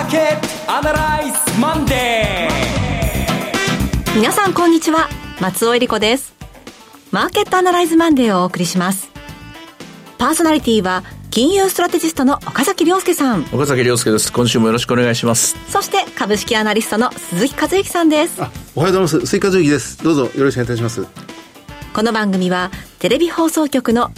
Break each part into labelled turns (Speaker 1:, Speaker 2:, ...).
Speaker 1: ーケットアナライズマンデー。
Speaker 2: 皆さんこんにちは、松尾恵理子です。マーケットアナライズマンデーをお送りします。パーソナリティは金融ストラテジストの岡崎亮介さん。
Speaker 3: 岡崎亮介です。今週もよろしくお願いします。
Speaker 2: そして株式アナリストの鈴木和之さんです。
Speaker 4: おはようございます。鈴木和之です。どうぞよろしくお願いいたします。
Speaker 2: この番組はテレビ放送局の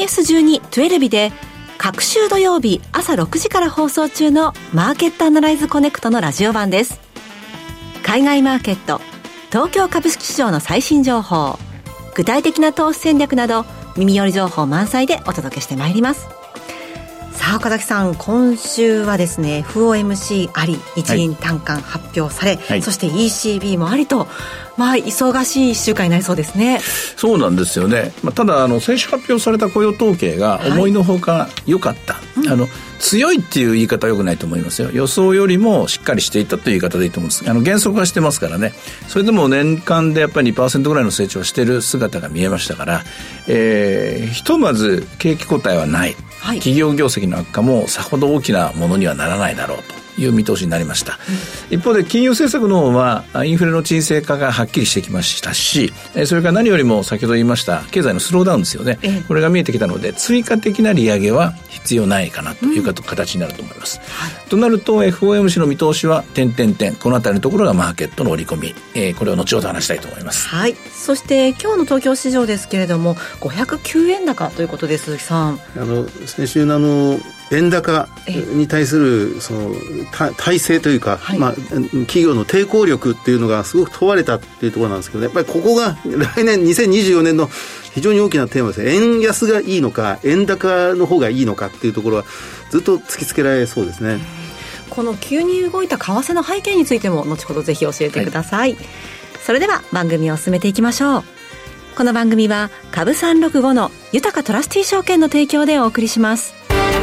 Speaker 2: BS12-12 で各週土曜日朝6時から放送中のマーケットアナライズコネクトのラジオ版です。海外マーケット、東京株式市場の最新情報、具体的な投資戦略など耳寄り情報満載でお届けしてまいります。さあ岡崎さん、今週はですね FOMC あり、日銀短観発表され、はい、そして ECB もありと、忙しい1週間になりそうですね。
Speaker 3: そうなんですよね。ただ先週発表された雇用統計が思いのほか良かった、強いっていう言い方は良くないと思いますよ。予想よりもしっかりしていたという言い方でいいと思うんです。減速はしてますからね。それでも年間でやっぱり 2% ぐらいの成長している姿が見えましたから、ひとまず景気後退はない、はい、企業業績の悪化もさほど大きなものにはならないだろうという見通しになりました、一方で金融政策の方はインフレの沈静化がはっきりしてきましたし、それから何よりも先ほど言いました経済のスローダウンですよね、これが見えてきたので追加的な利上げは必要ないかなという形になると思います、となると FOMC の見通しはこのあたりのところがマーケットの織り込み、これを後ほど話したいと思います。
Speaker 2: はい。そして今日の東京市場ですけれども509円高ということです。鈴木さん、
Speaker 4: 先週の円高に対するその体制というか、企業の抵抗力っていうのがすごく問われたっていうところなんですけど、やっぱりここが来年2024年の非常に大きなテーマです。円安がいいのか円高の方がいいのかっていうところはずっと突きつけられそうですね。
Speaker 2: この急に動いた為替の背景についても後ほどぜひ教えてください、それでは番組を進めていきましょう。この番組は株365の豊かトラスティ証券の提供でお送りします。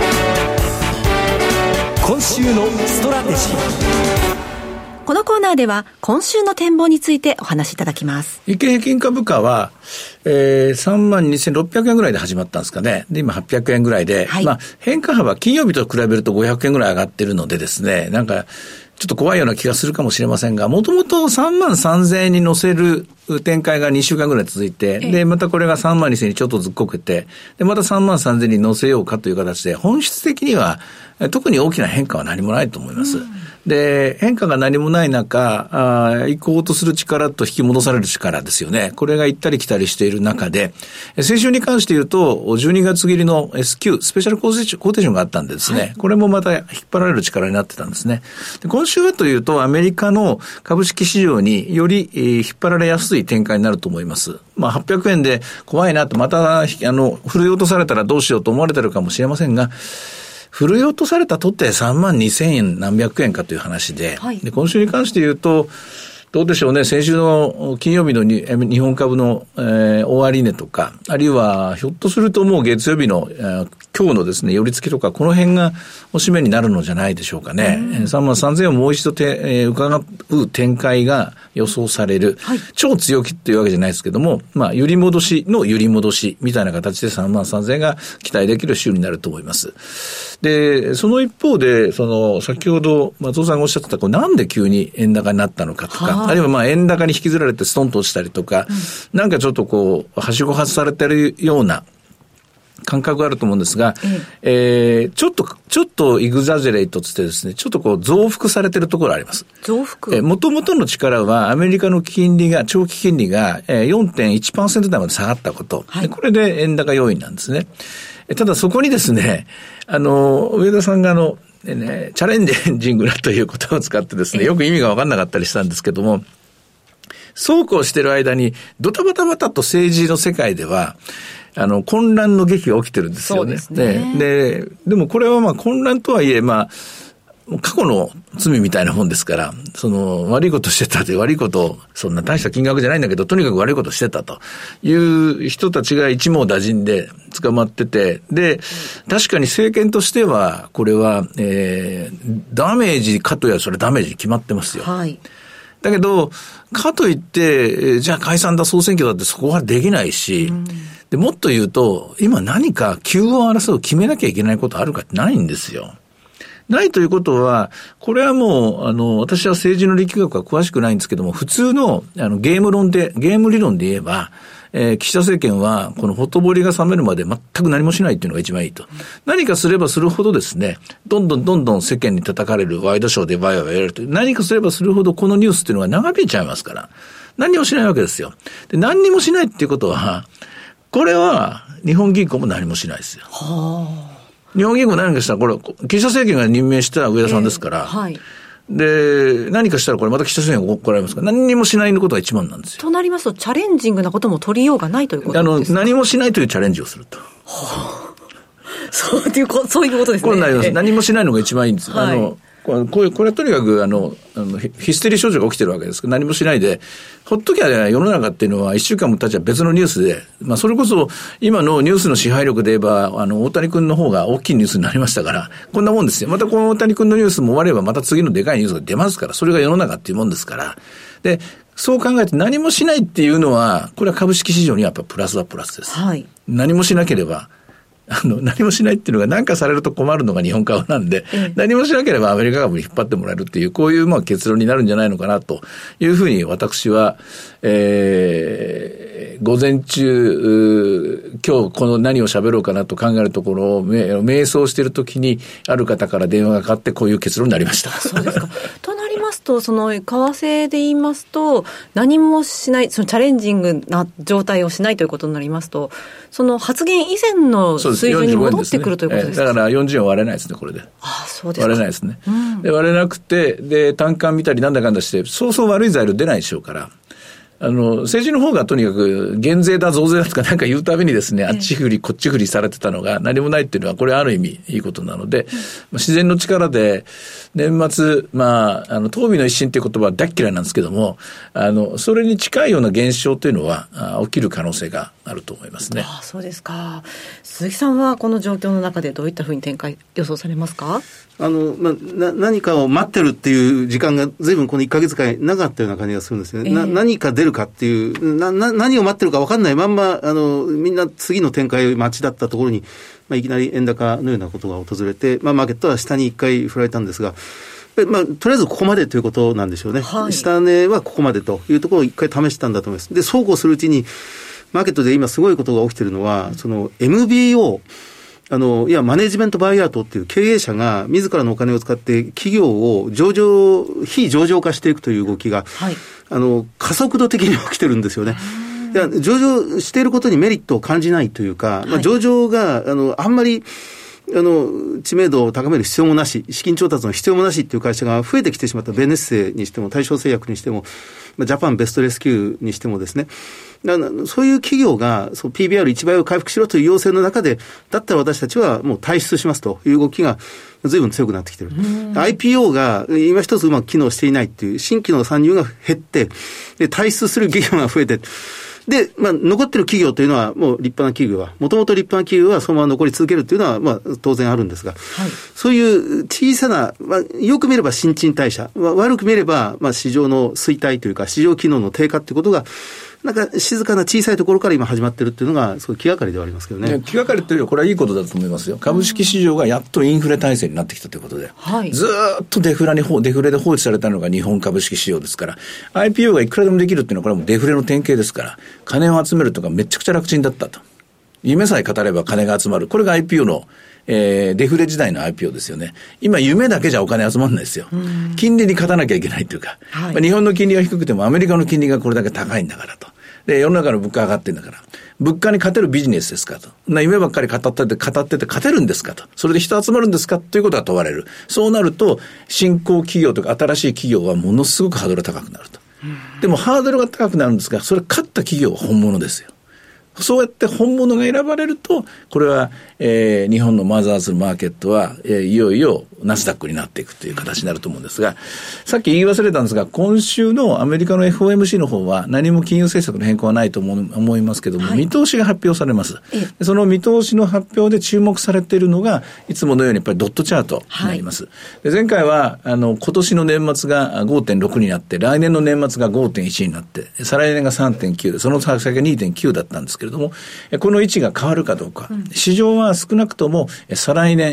Speaker 1: 今週のストラテジー。
Speaker 2: このコーナーでは今週の展望についてお話しいただきます。
Speaker 3: 日経平均株価は、32,600 円ぐらいで始まったんですかね。で今800円ぐらいで、変化幅金曜日と比べると500円ぐらい上がってるのでですね、なんかちょっと怖いような気がするかもしれませんが、もともと33,000円に乗せる展開が2週間ぐらい続いて、でまたこれが32,000円にちょっとずっこけて、でまた33,000円に乗せようかという形で、本質的には特に大きな変化は何もないと思います、で変化が何もない中、行こうとする力と引き戻される力ですよね。これが行ったり来たりしている中で、先週に関して言うと12月切りの SQ スペシャルコーテーションがあったんでですね、これもまた引っ張られる力になってたんですね。で今週はというとアメリカの株式市場により引っ張られやすい展開になると思います。800円で怖いなと、また振るい落とされたらどうしようと思われてるかもしれませんが、振るい落とされたとって32,000円何百円かという話で、で今週に関して言うとどうでしょうね。先週の金曜日の日本株の、終値とか、あるいはひょっとするともう月曜日の、今日のですね寄り付きとか、この辺がおしめになるのじゃないでしょうかね。33,000円をもう一度伺う展開が予想される、超強気っていうわけじゃないですけども、揺り戻しの揺り戻しみたいな形で33,000円が期待できる週になると思います。でその一方で先ほど松尾さんがおっしゃってたなんで急に円高になったのかとか、あるいは円高に引きずられてストンと落ちたりとか、なんかちょっとはしご外されてるような感覚があると思うんですが、ちょっとイグザジェレイトつってですね、ちょっと増幅されてるところあります。
Speaker 2: 増幅。
Speaker 3: 元々の力はアメリカの金利が、長期金利が 4.1% 台まで下がったこと、これで円高要因なんですね。ただそこにですね、上田さんがチャレンジングなという言葉を使ってですね、よく意味が分かんなかったりしたんですけども、そうこうしてる間にドタバタバタと政治の世界では混乱の劇が起きてるんですよね。そうですね。でもこれは混乱とはいえ過去の罪みたいなもんですから、悪いことしてたという、悪いこと、そんな大した金額じゃないんだけど、とにかく悪いことしてたという人たちが一網打尽で捕まってて、で、確かに政権としては、これは、ダメージかといえばそれダメージ決まってますよ。だけど、かといって、じゃあ解散だ総選挙だってそこはできないし、で、もっと言うと、今何か急を争う決めなきゃいけないことあるかってないんですよ。 ないということは、これはもう、私は政治の力学は詳しくないんですけども、普通の、ゲーム理論で言えば、岸田政権は、このほとぼりが冷めるまで全く何もしないっていうのが一番いいと。何かすればするほどですね、どんどん世間に叩かれるワイドショーでバイバイやられるという、何かすればするほどこのニュースっていうのが長引いちゃいますから、何もしないわけですよ。で、何にもしないっていうことは、これは日本銀行も何もしないですよ。日本銀行何かしたら、これ、岸田政権が任命した上田さんですから、はい。で、何かしたらこれまた岸田政権が怒られますから、何にもしないのことが一番なんですよ。
Speaker 2: となりますと、チャレンジングなことも取りようがないということですか？
Speaker 3: 何もしないというチャレンジをすると。
Speaker 2: そういうことですね。
Speaker 3: これになります。何もしないのが一番いいんですよ。はい、これはとにかくヒステリー症状が起きてるわけですけど、何もしないで、ほっときゃ世の中っていうのは一週間も経っちゃ別のニュースで、それこそ今のニュースの支配力で言えば、大谷君の方が大きいニュースになりましたから、こんなもんですよ。またこの大谷君のニュースも終わればまた次のでかいニュースが出ますから、それが世の中っていうもんですから。で、そう考えて何もしないっていうのは、これは株式市場にはやっぱプラスはプラスです。はい。何もしなければ、何もしないっていうのが何かされると困るのが日本株なんで、何もしなければアメリカ株に引っ張ってもらえるっていう、こういう結論になるんじゃないのかなというふうに私は、午前中、今日この何を喋ろうかなと考えるところを瞑想しているときにある方から電話がかかってこういう結論になりました。
Speaker 2: そうですか。となりますと、その為替で言いますと、何もしない、そのチャレンジングな状態をしないということになりますと、その発言以前の水準に戻ってくるということですか？
Speaker 3: だから40円割れないですね、これで。
Speaker 2: そうですか。
Speaker 3: 割れないですね。で割れなくて、で、単価見たりなんだかんだして、そうそう悪い材料出ないでしょうから、政治の方がとにかく減税だ増税だとかなんか言うたびにですね、あっち振りこっち振りされてたのが何もないっていうのはこれある意味いいことなので、自然の力で年末、当備の一新っていう言葉は大っ嫌いなんですけども、それに近いような現象というのは起きる可能性があると思いますね。
Speaker 2: そうですか。鈴木さんはこの状況の中でどういったふうに展開予想されますか？
Speaker 4: 何かを待ってるっていう時間が随分この1ヶ月間なかったような感じがするんですよね。何か出るかっていう、何を待ってるか分かんないまんま、みんな次の展開待ちだったところに、いきなり円高のようなことが訪れて、マーケットは下に一回振られたんですが、とりあえずここまでということなんでしょうね。はい、下値はここまでというところを一回試したんだと思います。で、そうこうするうちに、マーケットで今すごいことが起きているのは、その MBO、いや、マネジメントバイアウトっていう経営者が自らのお金を使って企業を非上場化していくという動きが、はい、加速度的に起きてるんですよね。いや、上場していることにメリットを感じないというか、上場が、あんまり、知名度を高める必要もなし、資金調達の必要もなしっていう会社が増えてきてしまった。ベネッセにしても、大正製薬にしても、ジャパンベストレスキューにしてもですね、そういう企業がPBR1 倍を回復しろという要請の中で、だったら私たちはもう退出しますという動きが随分強くなってきている。IPO が今一つうまく機能していないっていう、新規の参入が減って、で退出する企業が増えて、で、残ってる企業というのはもう立派な企業は、もともと立派な企業はそのまま残り続けるというのは当然あるんですが、はい、そういう小さな、よく見れば新陳代謝、悪く見れば市場の衰退というか市場機能の低下ということがなんか静かな小さいところから今始まってるっていうのがすごい気がかりではありますけどね。
Speaker 3: 気がかりというよりこれはいいことだと思いますよ。株式市場がやっとインフレ体制になってきたということで、はい、ずーっとデフレで放置されたのが日本株式市場ですから、 IPO がいくらでもできるっていうのはこれはもうデフレの典型ですから、金を集めるとかめちゃくちゃ楽ちんだったと。夢さえ語れば金が集まる。これが IPO のデフレ時代の IPO ですよね。今夢だけじゃお金集まんないですよ。金利に勝たなきゃいけないというか、はい、日本の金利が低くてもアメリカの金利がこれだけ高いんだからと。で、世の中の物価上がってんだから、物価に勝てるビジネスですかと。夢ばっかり語ってて勝てるんですかと。それで人集まるんですかということが問われる。そうなると、新興企業とか新しい企業はものすごくハードルが高くなると。でもハードルが高くなるんですが、それ勝った企業は本物ですよ。そうやって本物が選ばれると、これは、日本のマザーズマーケットは、いよいよナスダックになっていくという形になると思うんですが、さっき言い忘れたんですが、今週のアメリカの FOMC の方は何も金融政策の変更はないと思いますけども、はい、見通しが発表されます。その見通しの発表で注目されているのが、いつものようにやっぱりドットチャートになります。はい、で前回は今年の年末が 5.6 になって、来年の年末が 5.1 になって、再来年が 3.9 で、その先が 2.9 だったんですけれども、この位置が変わるかどうか、市場は少なくとも再来年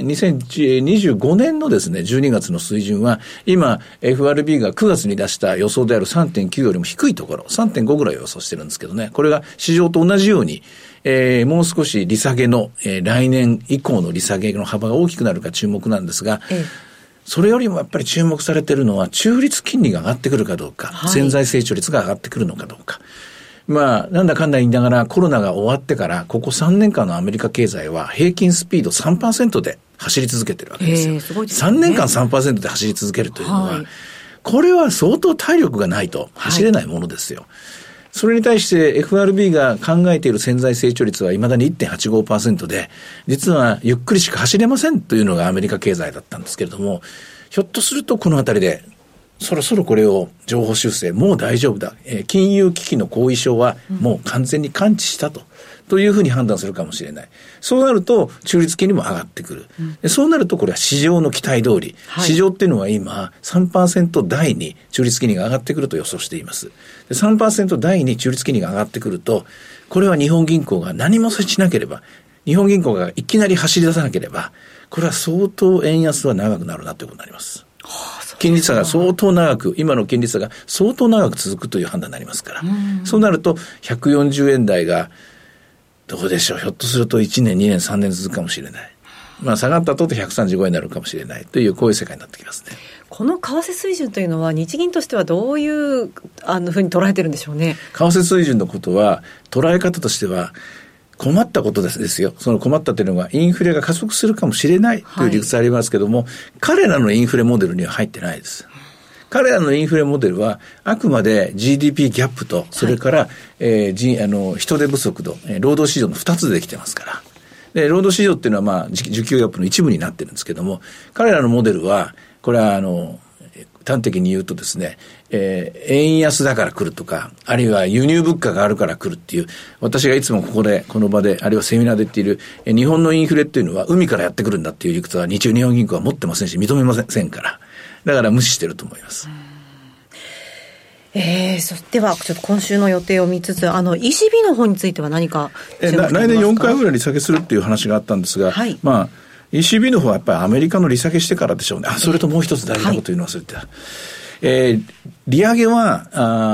Speaker 3: 2025年のですね12月の水準は今 FRB が9月に出した予想である 3.9 よりも低いところ 3.5 ぐらいを予想してるんですけどね、これが市場と同じようにもう少し利下げの、来年以降の利下げの幅が大きくなるか注目なんですが、それよりもやっぱり注目されているのは中立金利が上がってくるかどうか、潜在成長率が上がってくるのかどうか。なんだかんだ言いながらコロナが終わってからここ3年間のアメリカ経済は平均スピード 3% で走り続けてるわけですよ。
Speaker 2: すごいですね。
Speaker 3: 3年間 3% で走り続けるというのは、これは相当体力がないと走れないものですよ。それに対して FRB が考えている潜在成長率は未だに 1.85% で、実はゆっくりしか走れませんというのがアメリカ経済だったんですけれども、ひょっとするとこのあたりでそろそろこれを情報修正、もう大丈夫だ、金融危機の後遺症はもう完全に完治したというふうに判断するかもしれない。そうなると中立金利も上がってくる、そうなるとこれは市場の期待通り、市場っていうのは今 3% 台に中立金利が上がってくると予想しています。で 3% 台に中立金利が上がってくると、これは日本銀行が何もしなければ、日本銀行がいきなり走り出さなければ、これは相当円安は長くなるなということになります。金利差が相当長く、今の金利差が相当長く続くという判断になりますから、そうなると140円台がどうでしょう、ひょっとすると1年2年3年続くかもしれない。下がったと135円になるかもしれないという、こういう世界になってきますね。
Speaker 2: この為替水準というのは日銀としてはどういうふうに捉えてるんでしょうね。
Speaker 3: 為替水準のことは捉え方としては困ったことですよ。その困ったというのはインフレが加速するかもしれないという理屈ありますけども、彼らのインフレモデルには入ってないです。彼らのインフレモデルはあくまで GDP ギャップと、それから、人手不足と、労働市場の2つでできてますから。で、労働市場っていうのは需給ギャップの一部になってるんですけども、彼らのモデルはこれは端的に言うとですね、円安だから来るとか、あるいは輸入物価があるから来るっていう、私がいつもこの場で、あるいはセミナーで言っている、日本のインフレっていうのは海からやってくるんだっていう理屈は日本銀行は持ってませんし、認めませんから。だから無視してると思います。
Speaker 2: ではちょっと今週の予定を見つつ、ECB の方については何か
Speaker 3: 来年4回ぐらい利下げするっていう話があったんですが、ECB の方はやっぱりアメリカの利下げしてからでしょうね。それともう一つ大事なこと言うの忘れてた。利上げは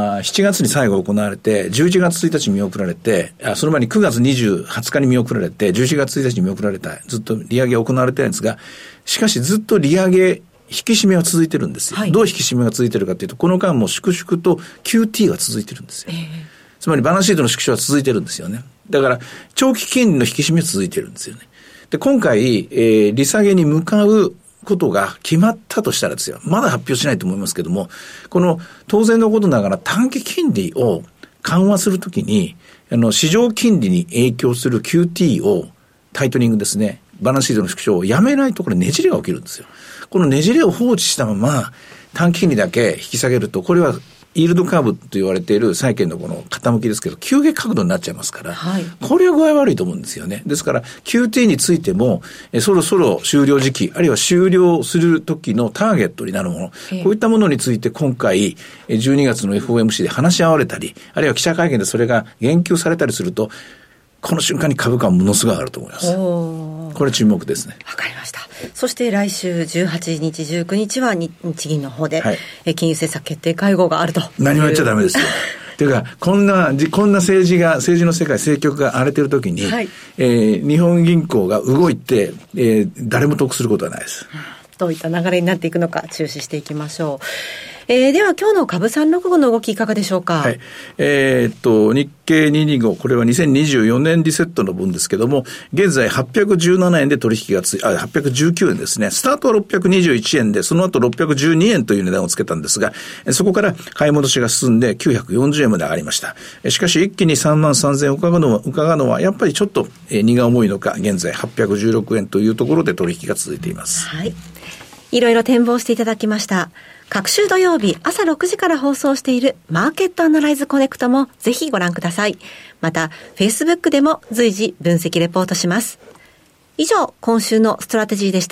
Speaker 3: 7月に最後行われて、11月1日に見送られて、その前に9月20日に見送られて、11月1日に見送られた、ずっと利上げが行われてるんですが、しかしずっと利上げ引き締めは続いてるんですよ。どう引き締めが続いてるかというと、この間も粛々と QT が続いてるんですよ。つまりバランスシートの縮小は続いてるんですよね。だから長期金利の引き締めは続いてるんですよね。で、今回、利下げに向かうことが決まったとしたらですよ、まだ発表しないと思いますけども、この当然のことながら短期金利を緩和するときに、市場金利に影響する QT をタイトニングですね、バランスシートの縮小をやめないとこれねじれが起きるんですよ。このねじれを放置したまま短期金利だけ引き下げると、これはイールドカーブと言われている債券のこの傾きですけど、急激角度になっちゃいますから、これは具合悪いと思うんですよね。ですから QT についてもそろそろ終了時期、あるいは終了する時のターゲットになるもの、こういったものについて今回12月の FOMC で話し合われたり、あるいは記者会見でそれが言及されたりすると、この瞬間に株価はものすごい上がると思います。これ注目ですね。
Speaker 2: わかりました。そして来週18日19日は日銀の方で、金融政策決定会合があると。
Speaker 3: 何もやっちゃダメですよ。というかこんな政治の世界、政局が荒れてる時に、日本銀行が動いて、誰も得することはないです。
Speaker 2: どういった流れになっていくのか注視していきましょう。では今日の株365の動きいかがでしょうか。
Speaker 3: 日経225、これは2024年リセットの分ですけども、現在817円で取引が819円ですね。スタートは621円で、その後612円という値段をつけたんですが、そこから買い戻しが進んで940円まで上がりました。しかし一気に33,000円を伺うのはやっぱりちょっと荷が重いのか、現在816円というところで取引が続いています。
Speaker 2: いろいろ展望していただきました。各週土曜日朝6時から放送しているマーケットアナライズコネクトもぜひご覧ください。また Facebook でも随時分析レポートします。以上、今週のストラテジーでした。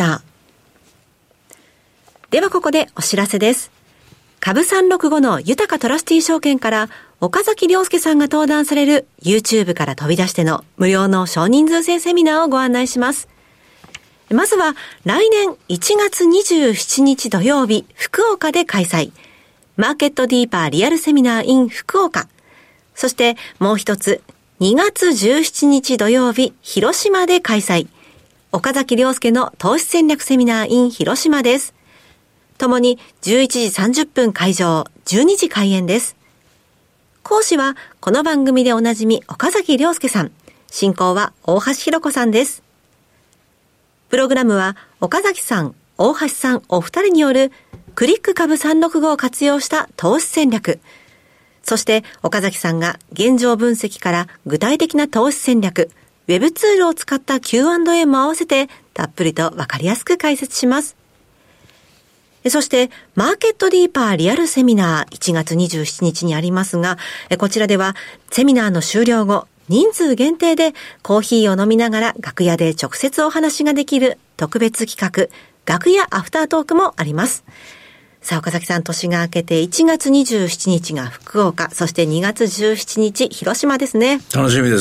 Speaker 2: ではここでお知らせです。株365の豊かトラスティ証券から岡崎亮介さんが登壇される YouTube から飛び出しての無料の少人数制セミナーをご案内します。まずは来年1月27日土曜日、福岡で開催。マーケットディーパーリアルセミナー in 福岡。そしてもう一つ、2月17日土曜日、広島で開催。岡崎亮介の投資戦略セミナー in 広島です。ともに11時30分会場、12時開演です。講師はこの番組でおなじみ岡崎亮介さん。進行は大橋ひろ子さんです。プログラムは岡崎さん、大橋さんお二人によるクリック株365を活用した投資戦略。そして岡崎さんが現状分析から具体的な投資戦略、ウェブツールを使った Q&A も合わせてたっぷりとわかりやすく解説します。そしてマーケットディーパーリアルセミナー1月27日にありますが、こちらではセミナーの終了後、人数限定でコーヒーを飲みながら楽屋で直接お話ができる特別企画、楽屋アフタートークもあります。さあ岡崎さん、年が明けて1月27日が福岡、そして2月17日広島ですね。
Speaker 3: 楽しみです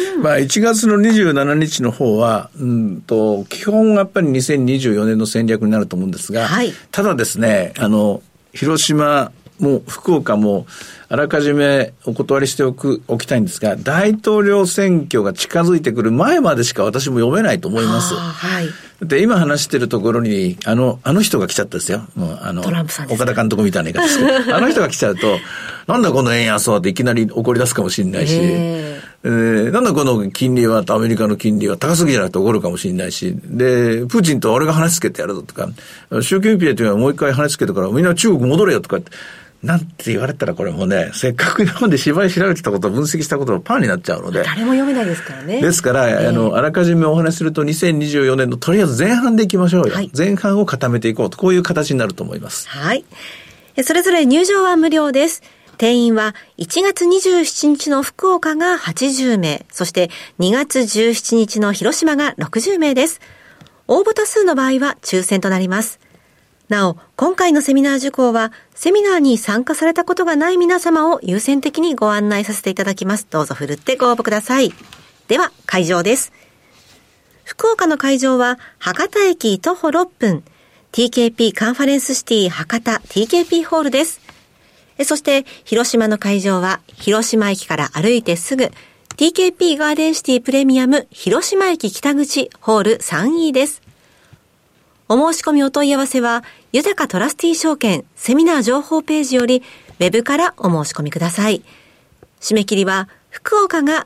Speaker 3: 。1月の27日の方は基本やっぱり2024年の戦略になると思うんですが、はい、ただですね、広島も福岡もあらかじめお断りしておきたいんですが、大統領選挙が近づいてくる前までしか私も読めないと思います。はい。で、今話してるところに、あの人が来ちゃったんですよ。もう
Speaker 2: トランプさんです。
Speaker 3: 岡田監督みたいな言い方ですけど、あの人が来ちゃうと、なんだこの円安はっていきなり怒り出すかもしれないし、なんだこの金利は、アメリカの金利は高すぎじゃなくて怒るかもしれないし、で、プーチンと俺が話つけてやるぞとか、習近平というのはもう一回話つけてからみんな中国戻れよとかって、なんて言われたらこれもね、せっかく今まで芝居調べてたことを分析したことがパーになっちゃうので。
Speaker 2: 誰も読めないですからね。
Speaker 3: ですから、あらかじめお話しすると2024年のとりあえず前半でいきましょうよ。はい、前半を固めていこうと、こういう形になると思います。
Speaker 2: はい。それぞれ入場は無料です。定員は1月27日の福岡が80名、そして2月17日の広島が60名です。応募多数の場合は抽選となります。なお、今回のセミナー受講は、セミナーに参加されたことがない皆様を優先的にご案内させていただきます。どうぞふるってご応募ください。では、会場です。福岡の会場は、博多駅徒歩6分、TKP カンファレンスシティ博多 TKP ホールです。そして、広島の会場は、広島駅から歩いてすぐ、TKP ガーデンシティプレミアム広島駅北口ホール 3E です。お申し込みお問い合わせは、豊かトラスティ証券セミナー情報ページより、ウェブからお申し込みください。締め切りは、福岡が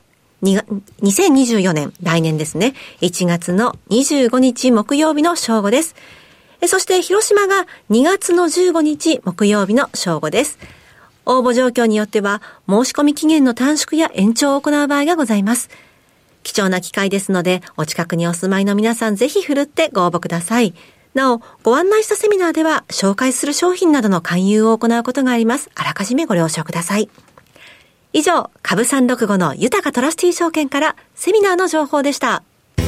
Speaker 2: 2024年、来年ですね、1月の25日木曜日の正午です。そして、広島が2月の15日木曜日の正午です。応募状況によっては、申し込み期限の短縮や延長を行う場合がございます。貴重な機会ですので、お近くにお住まいの皆さんぜひふるってご応募ください。なお、ご案内したセミナーでは、紹介する商品などの勧誘を行うことがあります。あらかじめご了承ください。以上、株365の豊かトラスティ証券からセミナーの情報でした。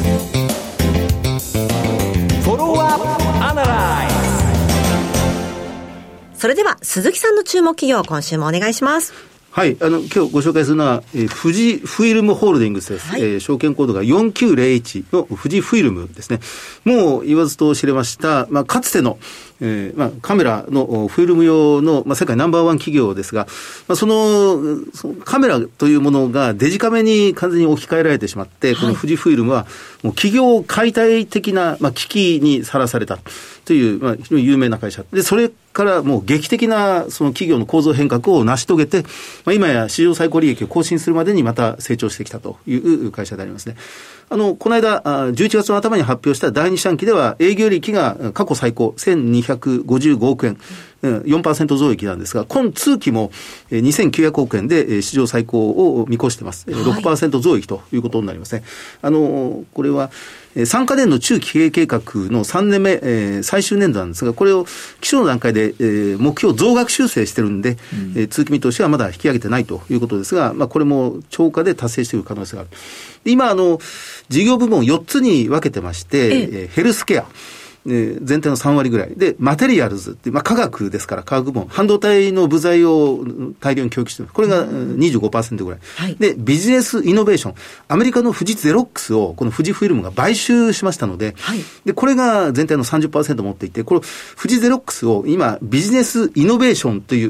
Speaker 2: それでは、鈴木さんの注目企業、今週もお願いします。
Speaker 4: はい、今日ご紹介するのは、富士フイルムホールディングスです。はい、証券コードが4901の富士フイルムですね。もう言わずと知れました、かつての、カメラのフィルム用の、世界ナンバーワン企業ですが、そのカメラというものがデジカメに完全に置き換えられてしまって、この富士フイルムはもう企業解体的な、危機にさらされたという、非常に有名な会社で、それからもう劇的なその企業の構造変革を成し遂げて、今や史上最高利益を更新するまでにまた成長してきたという会社でありますね。この間11月の頭に発表した第2四半期では営業利益が過去最高1255億円、4% 増益なんですが、今通期も2900億円で史上最高を見越しています。6% 増益ということになりますね。これは3カ年の中期経営計画の3年目、最終年度なんですが、これを期初の段階で、目標増額修正してるんで、通期見通しはまだ引き上げてないということですが、これも超過で達成している可能性がある。今事業部門4つに分けてまして、ヘルスケア、 全体の3割ぐらい。で、マテリアルズって、化学ですから、化学部門、半導体の部材を大量に供給している。これが 25% ぐらい、はい。で、ビジネスイノベーション。アメリカの富士ゼロックスを、この富士フイルムが買収しましたので、はい、で、これが全体の 30% 持っていて、この富士ゼロックスを今、ビジネスイノベーションという、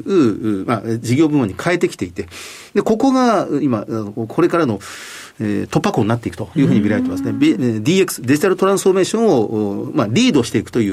Speaker 4: 事業部門に変えてきていて、で、ここが今、これからの突破口になっていくというふうに見られてますね。DX、デジタルトランスフォーメーションを、リードしていくという、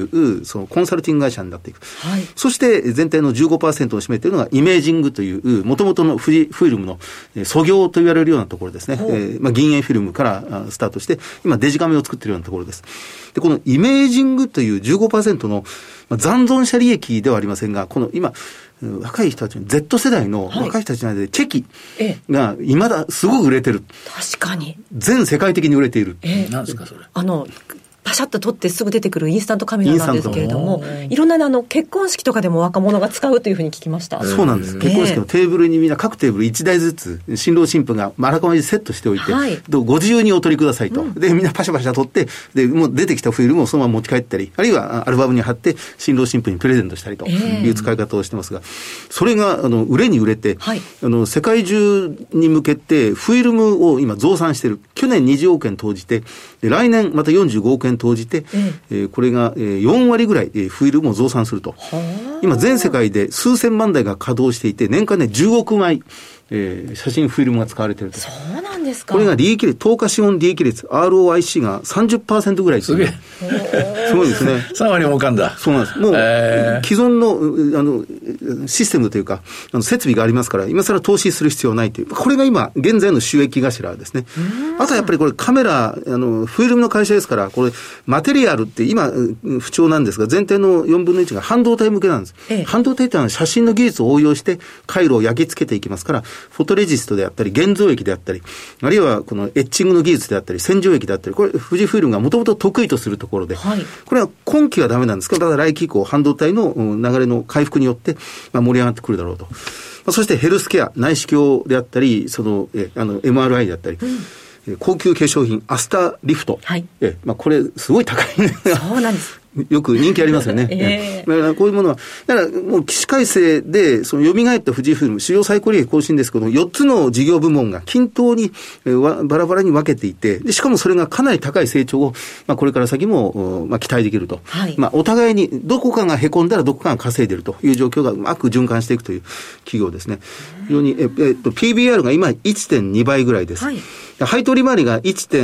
Speaker 4: そのコンサルティング会社になっていく。はい、そして全体の 15% を占めているのがイメージングという、元々の富士フイルムの素業と言われるようなところですね。銀塩フィルムからスタートして、今デジカメを作っているようなところです。で、このイメージングという 15% の残存者利益ではありませんが、この今、若い人たち、Z 世代の若い人たちの間でチェキが未だすごく売れてる。
Speaker 2: 確かに。
Speaker 4: 全世界的に売れている。
Speaker 3: 何ですかそれ。
Speaker 2: パシャッと撮ってすぐ出てくるインスタントカメラなんですけれども、いろんな結婚式とかでも若者が使うというふうに聞きました。
Speaker 4: そうなんです。結婚式のテーブルにみんな各テーブル1台ずつ新郎新婦があらかじめセットしておいて、はい、ご自由にお取りくださいと、でみんなパシャパシャ撮って、でもう出てきたフィルムをそのまま持ち帰ったり、あるいはアルバムに貼って新郎新婦にプレゼントしたりという使い方をしてますが、それが売れに売れて、はい、世界中に向けてフィルムを今増産している。去年20億円投じて、来年また45億円投じて、これが4割ぐらいフィルムを増産すると。今全世界で数千万台が稼働していて、年間で10億枚写真フィルムが使われていると。
Speaker 2: そうなんですか。
Speaker 4: これが利益率、透過資本利益率 ROIC が 30% ぐらい。
Speaker 3: すげえ。
Speaker 4: すごいですね。
Speaker 3: 3割儲かんだ。
Speaker 4: そうなんです。もう、既存のシステムというか設備がありますから、今更投資する必要ないという。これが今現在の収益頭ですね。あとはやっぱりこれカメラフィルムの会社ですから、これマテリアルって今不調なんですが、全体の4分の1が半導体向けなんです。半導体ってのは写真の技術を応用して回路を焼き付けていきますから、フォトレジストであったり現像液であったり、あるいはこのエッチングの技術であったり洗浄液であったり、これ富士フイルムがもともと得意とするところで、はい、これは今期はダメなんですけど、ただ来期以降半導体の流れの回復によって盛り上がってくるだろうと。そしてヘルスケア、内視鏡であったり、MRI であったり、高級化粧品アスタリフト、はい、これすごい高いんですが、
Speaker 2: そうなんです。
Speaker 4: よく人気ありますよね。だからこういうものは、だからもう起死回生で、蘇った富士フイルム、史上最高利益更新ですけど、4つの事業部門が均等にバラバラに分けていて、でしかもそれがかなり高い成長を、これから先も、期待できると。はい、お互いにどこかが凹んだらどこかが稼いでいるという状況がうまく循環していくという企業ですね。非常に、PBR が今 1.2 倍ぐらいです。はい、配当利回りが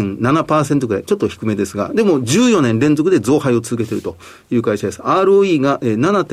Speaker 4: 1.7% ぐらい、ちょっと低めですが、でも14年連続で増配を続けているという会社です。ROE が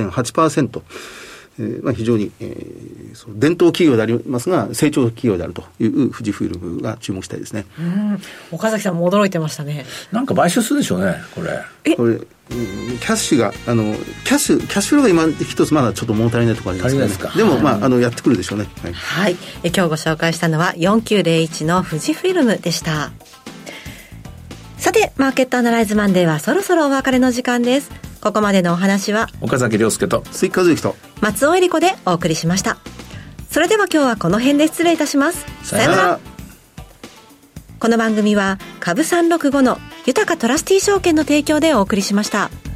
Speaker 4: 7.8%。非常に、伝統企業でありますが成長企業であるという富士フイルムが注目したいですね。
Speaker 2: 岡崎さんも驚いてましたね。
Speaker 3: なんか買収するでしょうねこれ。
Speaker 4: キャッシュがキャッシュフローが今一つまだちょっと物足りないところありますからね。でもやってくるでしょうね。はい、
Speaker 2: はい、今日ご紹介したのは4901の富士フイルムでした。さてマーケットアナライズマンデーはそろそろお別れの時間です。ここまでのお話は
Speaker 3: 岡崎亮介と
Speaker 4: 鈴木和之と
Speaker 2: 松尾恵理子でお送りしました。それでは今日はこの辺で失礼いたします。
Speaker 3: さよなら。
Speaker 2: この番組は株365の豊かトラスティ証券の提供でお送りしました。